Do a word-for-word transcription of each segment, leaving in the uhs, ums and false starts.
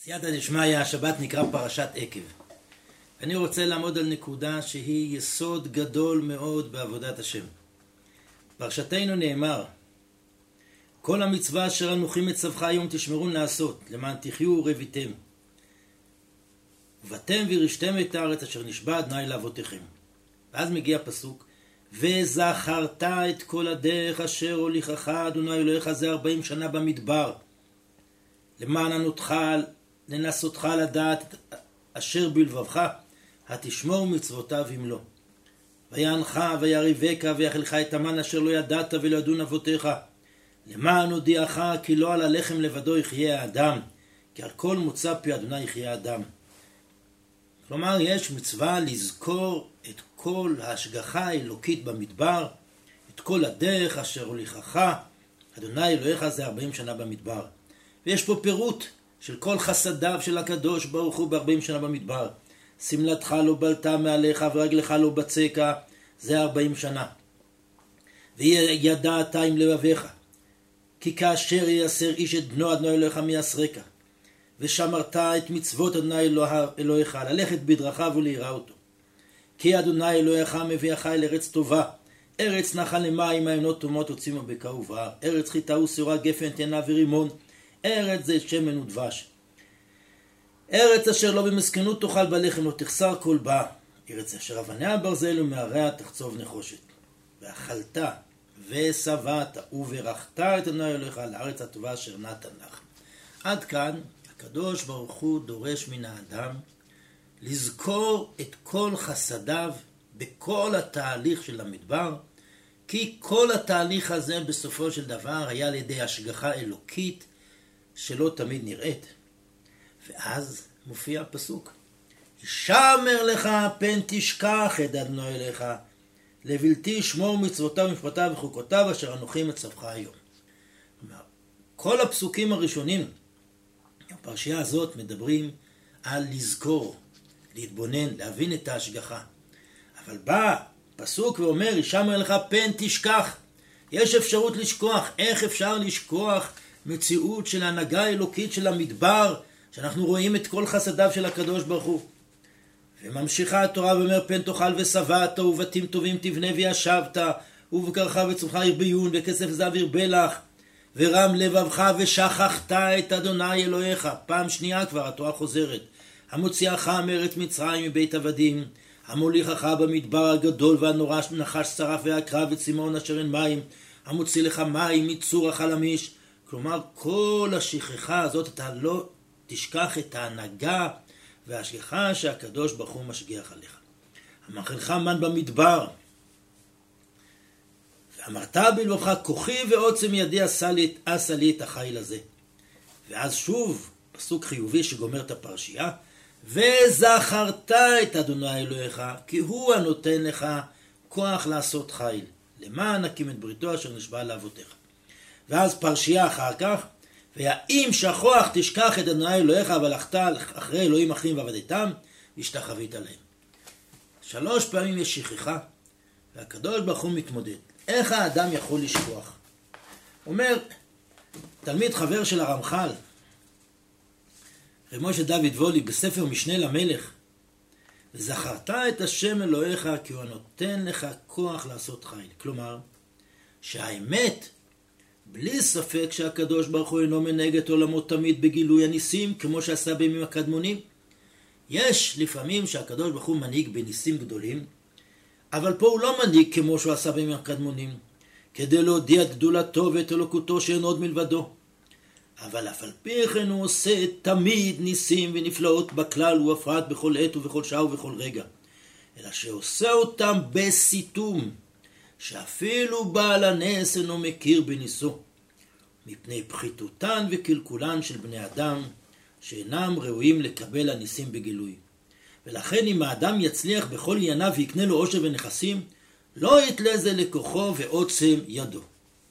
סייעתא דשמיא, השבת נקרא פרשת עקב. אני רוצה לעמוד על נקודה שהיא יסוד גדול מאוד בעבודת השם. פרשתנו נאמר, כל המצווה אשר אנוכי מצווך היום תשמרון לעשות, למען תחיו ורביתם. ובאתם וירשתם את הארץ אשר נשבע אדוני לאבותיכם. ואז מגיע פסוק, וזכרת את כל הדרך אשר הוליכך אדוני אלוהיך זה ארבעים שנה במדבר, למען ענותך לנסותך לדעת אשר בלבבך, התשמור מצוותיו במלוא. ויענך ויריבך ויאכלך את המן אשר לא ידעת ולא ידעון אבותיך, למען הודיעך כי לא על הלחם לבדו יחיה האדם, כי על כל מוצא פי אדוני יחיה האדם. כלומר, יש מצווה לזכור את כל ההשגחה האלוקית במדבר, את כל הדרך אשר הוליכך אדוני אלוהיך זה ארבעים שנה במדבר. ויש פה פירוט של כל חסדיו של הקדוש ברוך הוא בארבעים שנה במדבר. סמלתך לא בלטה מעליך ורגלך לא בצקה, זה ארבעים שנה. וידעת עם לבביך, כי כאשר יאסר איש את בנו אדוני אלוהיך מיסרק, ושמרת את מצוות אדוני אלוהיך, ללכת בדרכיו וליראה אותו. כי אדוני אלוהיך מביאך אל ארץ טובה, ארץ נחל למים מעיינות תומות עוצים ובקע ובהר, ארץ חיטה ושעורה גפן תאנה ורימון, ארץ זית שמן ודבש. ארץ אשר לא במסכנות תאכל בלחם לא תחסר כל בה, ארץ אשר אבניה ברזל ומהריה תחצוב נחושת. ואכלת ושבעת וברכת את אדוני אלוהיך על הארץ הטובה אשר נתן לך. עד כאן הקדוש ברוך הוא דורש מן האדם לזכור את כל חסדיו בכל התהליך של המדבר, כי כל התהליך הזה בסופו של דבר היה על ידי השגחה אלוקית שלא תמיד נראית. ואז מופיע הפסוק, ישמר לך פן תשכח את אדוני אלוהיך, לבלתי שמור מצוותיו ומשפטיו וחוקותיו אשר אנוכי מצווך היום. כל הפסוקים הראשונים הפרשייה הזאת מדברים על לזכור, להתבונן, להבין את ההשגחה. אבל בא פסוק ואומר, ישמר לך פן תשכח. יש אפשרות לשכוח. איך אפשר לשכוח מציאות של ההנהגה האלוקית של המדבר, שאנחנו רואים את כל חסדיו של הקדוש ברוך הוא? וממשיכה התורה ואומר, פן תאכל ושבעת ובתים טובים תבנה וישבת, ובקרך וצומך ירביון וכסף זהב ירבה לך, ורם לבבך ושכחת את אדוני אלוהיך. פעם שנייה כבר התורה חוזרת, המוציאך מארץ מצרים מבית עבדים, המוליכך במדבר הגדול והנורא נחש שרף ועקרב וצימון אשר אין מים, המוציא לך מים מצור החלמיש. כלומר, כל השכחה הזאת אתה לא תשכח את ההנהגה והשגחה שהקדוש ברוך הוא משגיח עליך. המאכלך מן במדבר, ואמרת בלבבך כוחי ועוצם ידי עשה לי, עשה לי את החיל הזה. ואז שוב פסוק חיובי שגומר את הפרשייה, וזכרת את אדוני אלוהיך, כי הוא הנותן לך כוח לעשות חיל, למען הקים את בריתו אשר נשבע לאבותיך. ואז פרשייה אחר כך, והאם שכוח תשכח את אדוני אלוהיך והלכת אחרי אלוהים אחרים ועבדתם והשתחווית להם. שלוש פעמים יש שכחה, והקדוש ברוך הוא מתמודד. איך האדם יכול לשכוח? אומר תלמיד חבר של הרמח"ל, רב משה דוד וולי, בספר משנה למלך, וזכרת את השם אלוהיך כי הוא נותן לך כוח לעשות חיל. כלומר, שהאמת, בלי ספק שהקדוש ברוך הוא אינו מנהיג את עולמו תמיד בגילוי הניסים, כמו שעשה בימים הקדמונים. יש לפעמים שהקדוש ברוך הוא מנהיג בניסים גדולים, אבל פה הוא לא מנהיג כמו שהוא עשה בימים הקדמונים, כדי להודיע את גדולתו ואת אלוקותו שאין עוד מלבדו. אבל אף על פי כן הוא עושה תמיד ניסים ונפלאות בכלל ובפרט בכל עת ובכל שעה ובכל רגע, אלא שעושה אותם בסיתום, שאפילו בעל הנס אינו מכיר בניסו, מפני פחיתותן וקלקולן של בני אדם שאינם ראויים לקבל הניסים בגילוי. ולכן אם האדם יצליח בכל ענייניו ויקנה לו עושר ונכסים, לא יתלה זה לכוחו ועוצם ידו.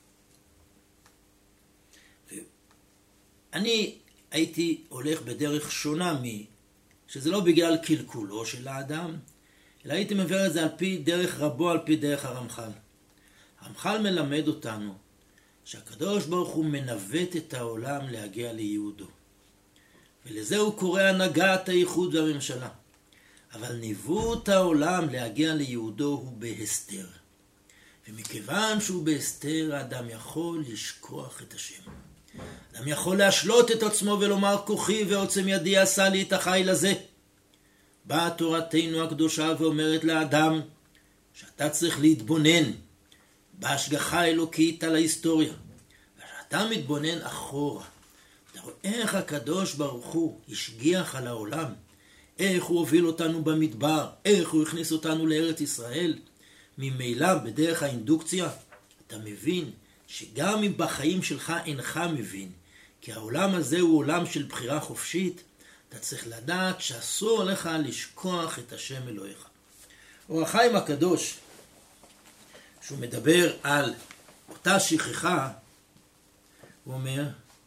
אני הייתי הולך בדרך שונה מי, שזה לא בגלל קלקולו של האדם, אלא הייתי מביא את זה על פי דרך רבו, על פי דרך הרמח"ל. הרמח"ל מלמד אותנו שהקדוש ברוך הוא מנווט את העולם להגיע לייעודו. ולזה הוא קורא הנהגת הייחוד והממשלה. אבל ניווט העולם להגיע ליהודו הוא בהסתר. ומכיוון שהוא בהסתר, האדם יכול לשכוח את השם. האדם יכול להשלות את עצמו ולומר, כוחי ועוצם ידי עשה לי את החיל הזה. באה תורתנו הקדושה ואומרת לאדם, שאתה צריך להתבונן בהשגחה אלוקית על ההיסטוריה. כשאתה מתבונן אחורה, אתה רואה איך הקדוש ברוך הוא השגיח על העולם, איך הוא הוביל אותנו במדבר, איך הוא הכניס אותנו לארץ ישראל, ממילא בדרך האינדוקציה, אתה מבין שגם אם בחיים שלך אינך מבין, כי העולם הזה הוא עולם של בחירה חופשית, אתה צריך לדעת שאסור לך לשכוח את השם אלוהיך. אור החיים הקדוש, שהוא מדבר על אותה שכחה, הוא אומר,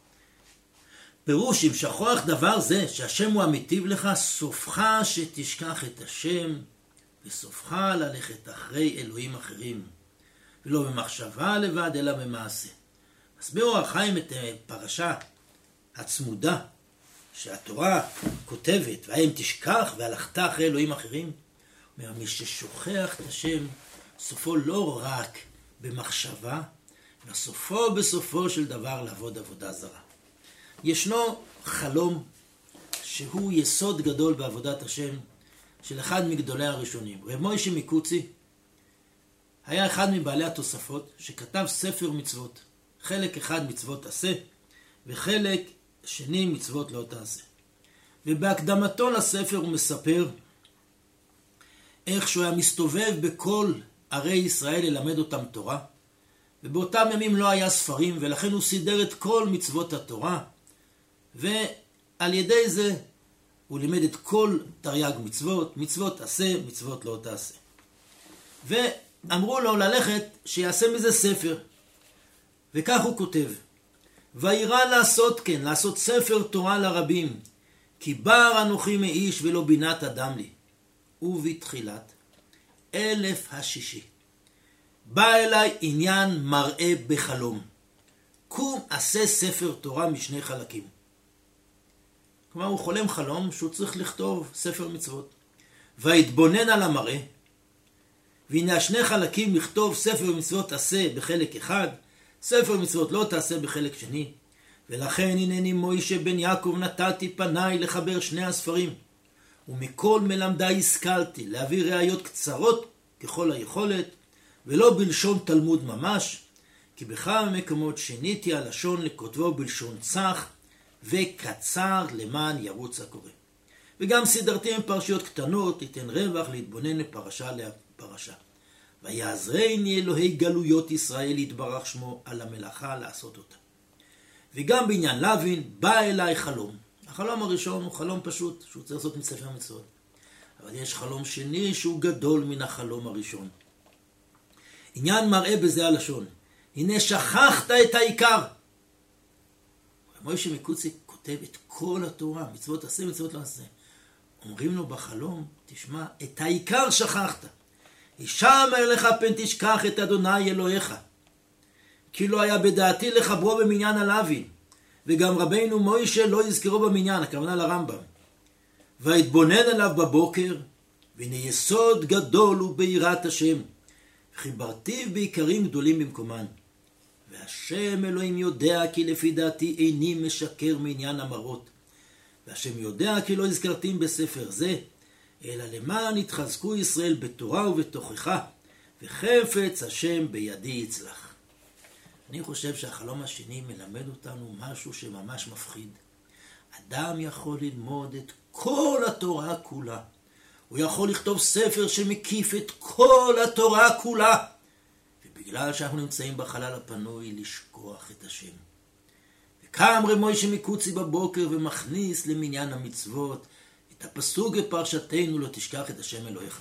פירוש אם שכוח דבר זה שהשם הוא המיטיב לך, סופך שתשכח את השם, וסופך ללכת אחרי אלוהים אחרים, ולא במחשבה לבד אלא במעשה. מסביר אור החיים את פרשה הצמודה שהתורה כותבת, והאם תשכח והלכת אחרי אלוהים אחרים. אומר, מי ששוכח את השם, סופו לא רק במחשבה, אלא סופו בסופו של דבר לעבוד עבודה זרה. ישנו חלום שהוא יסוד גדול בעבודת השם של אחד מגדולי הראשונים. רב מוישה מקוצי היה אחד מבעלי התוספות שכתב ספר מצוות. חלק אחד מצוות עשה וחלק שני מצוות לא תעשה. ובהקדמתו לספר הוא מספר איך שהוא היה מסתובב בכל ערי ישראל ללמד אותם תורה, ובאותם ימים לא היה ספרים, ולכן הוא סידר את כל מצוות התורה, ועל ידי זה הוא לימד את כל תרי"ג מצוות, מצוות עשה, מצוות לא תעשה. ואמרו לו ללכת שיעשה מזה ספר, וכך הוא כותב, וירא לעשות כן, לעשות ספר תורה לרבים, כי בר אנוכי מאיש ולא בינת אדם לי. ובתחילת אלף השישי בא אליי עניין מראה בחלום, קום עשה ספר תורה משני חלקים. כלומר הוא חולם חלום שהוא צריך לכתוב ספר מצוות, והתבונן על המראה, והנה השני חלקים לכתוב ספר מצוות עשה בחלק אחד, ספר מצוות לא תעשה בחלק שני. ולכן הנני מוישה בן יעקב נתתי פניי לחבר שני הספרים, ומכל מלמדי השכלתי להביא ראיות קצרות ככל היכולת, ולא בלשון תלמוד ממש, כי בכמה מקומות שיניתי הלשון לכותבו בלשון צח וקצר למען ירוץ הקורא. וגם סדרתי עם פרשיות קטנות, ייתן רווח להתבונן לפרשה לפרשה. ויעזרני אלוהי גלויות ישראל יתברך שמו על המלאכה לעשות אותה. וגם בעניין לוין בא אליי חלום. החלום הראשון הוא חלום פשוט, שהוא צריך לעשות מספר מצוות. אבל יש חלום שני שהוא גדול מן החלום הראשון. עניין מראה בזה הלשון. הנה שכחת את העיקר. מוישה מקוצי כותב את כל התורה, מצוות עשה, מצוות לא עשה. אומרים לו בחלום, תשמע, את העיקר שכחת. הישמר לך פן תשכח את אדוני אלוהיך. כי לא היה בדעתי לחברו במניין הלווין, וגם רבינו מוישה לא יזכרו במניין, הכוונה לרמב"ם. והתבונן עליו בבוקר, והנה יסוד גדול הוא ביראת השם, וחיברתיו בעיקרים גדולים במקומן. והשם אלוהים יודע כי לפי דעתי איני משקר מעניין המראות, והשם יודע כי לא הזכרתים בספר זה, אלא למען יתחזקו ישראל בתורה ובתוכחה, וחפץ השם בידי יצלח. אני חושב שהחלום השני מלמד אותנו משהו שממש מפחיד. אדם יכול ללמוד את כל התורה כולה. הוא יכול לכתוב ספר שמקיף את כל התורה כולה. ובגלל שאנחנו נמצאים בחלל הפנוי, לשכוח את השם. וקם רב מוישה מקוצי בבוקר ומכניס למניין המצוות את הפסוק בפרשתנו לא תשכח את השם אלוהיך.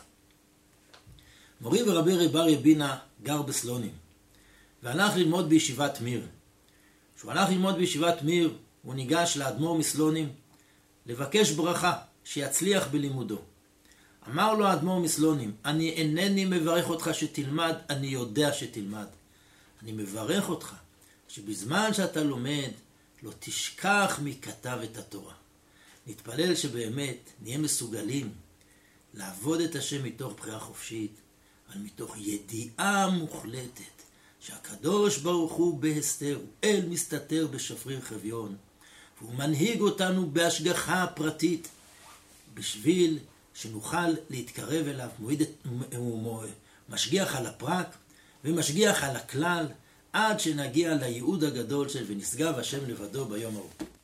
מורי ורבי רב אריה בינה גר בסלונים, והלך ללמוד בישיבת מיר. כשהוא הלך ללמוד בישיבת מיר, הוא ניגש לאדמו"ר מסלונים לבקש ברכה שיצליח בלימודו. אמר לו האדמו"ר מסלונים, אני אינני מברך אותך שתלמד, אני יודע שתלמד. אני מברך אותך שבזמן שאתה לומד לא תשכח מי כתב את התורה. נתפלל שבאמת נהיה מסוגלים לעבוד את השם מתוך בחירה חופשית, אבל מתוך ידיעה מוחלטת שהקדוש ברוך הוא בהסתר, הוא אל מסתתר בשפריר חביון, והוא מנהיג אותנו בהשגחה פרטית, בשביל שנוכל להתקרב אליו. הוא משגיח על הפרט ומשגיח על הכלל, עד שנגיע לייעוד הגדול של ונשגב השם לבדו ביום ההוא.